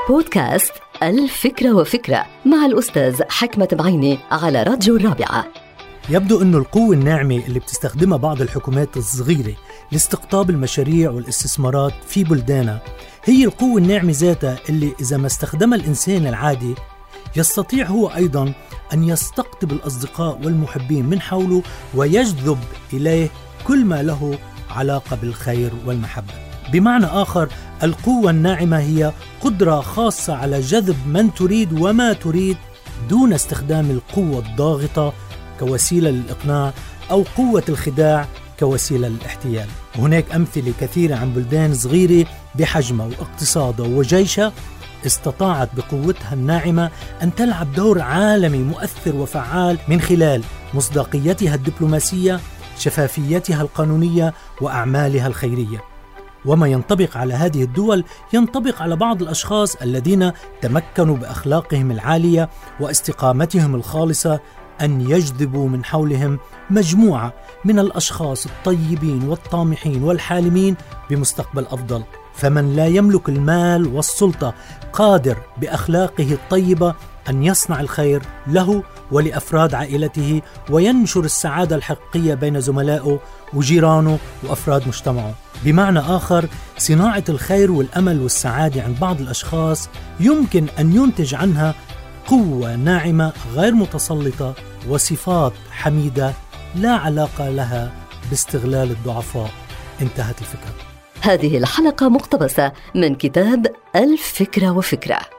بودكاست الفكرة وفكرة مع الأستاذ حكمة بعيني على راديو الرابعة. يبدو أن القوة الناعمة اللي بتستخدمها بعض الحكومات الصغيرة لاستقطاب المشاريع والاستثمارات في بلدانها هي القوة الناعمة ذاتها اللي إذا ما استخدمها الإنسان العادي يستطيع هو أيضاً أن يستقطب الأصدقاء والمحبين من حوله ويجذب إليه كل ما له علاقة بالخير والمحبة. بمعنى آخر، القوة الناعمة هي قدرة خاصة على جذب من تريد وما تريد دون استخدام القوة الضاغطة كوسيلة للإقناع أو قوة الخداع كوسيلة للاحتيال. وهناك أمثلة كثيرة عن بلدان صغيرة بحجمها واقتصادها وجيشها استطاعت بقوتها الناعمة أن تلعب دور عالمي مؤثر وفعال من خلال مصداقيتها الدبلوماسية، شفافيتها القانونية، وأعمالها الخيرية. وما ينطبق على هذه الدول ينطبق على بعض الأشخاص الذين تمكنوا بأخلاقهم العالية واستقامتهم الخالصة أن يجذبوا من حولهم مجموعة من الأشخاص الطيبين والطامحين والحالمين بمستقبل أفضل. فمن لا يملك المال والسلطة قادر بأخلاقه الطيبة أن يصنع الخير له ولأفراد عائلته وينشر السعادة الحقيقية بين زملائه وجيرانه وأفراد مجتمعه. بمعنى آخر، صناعة الخير والأمل والسعادة عند بعض الأشخاص يمكن أن ينتج عنها قوة ناعمة غير متسلطة وصفات حميدة لا علاقة لها باستغلال الضعفاء. انتهت الفكرة. هذه الحلقة مقتبسة من كتاب الفكرة وفكرة.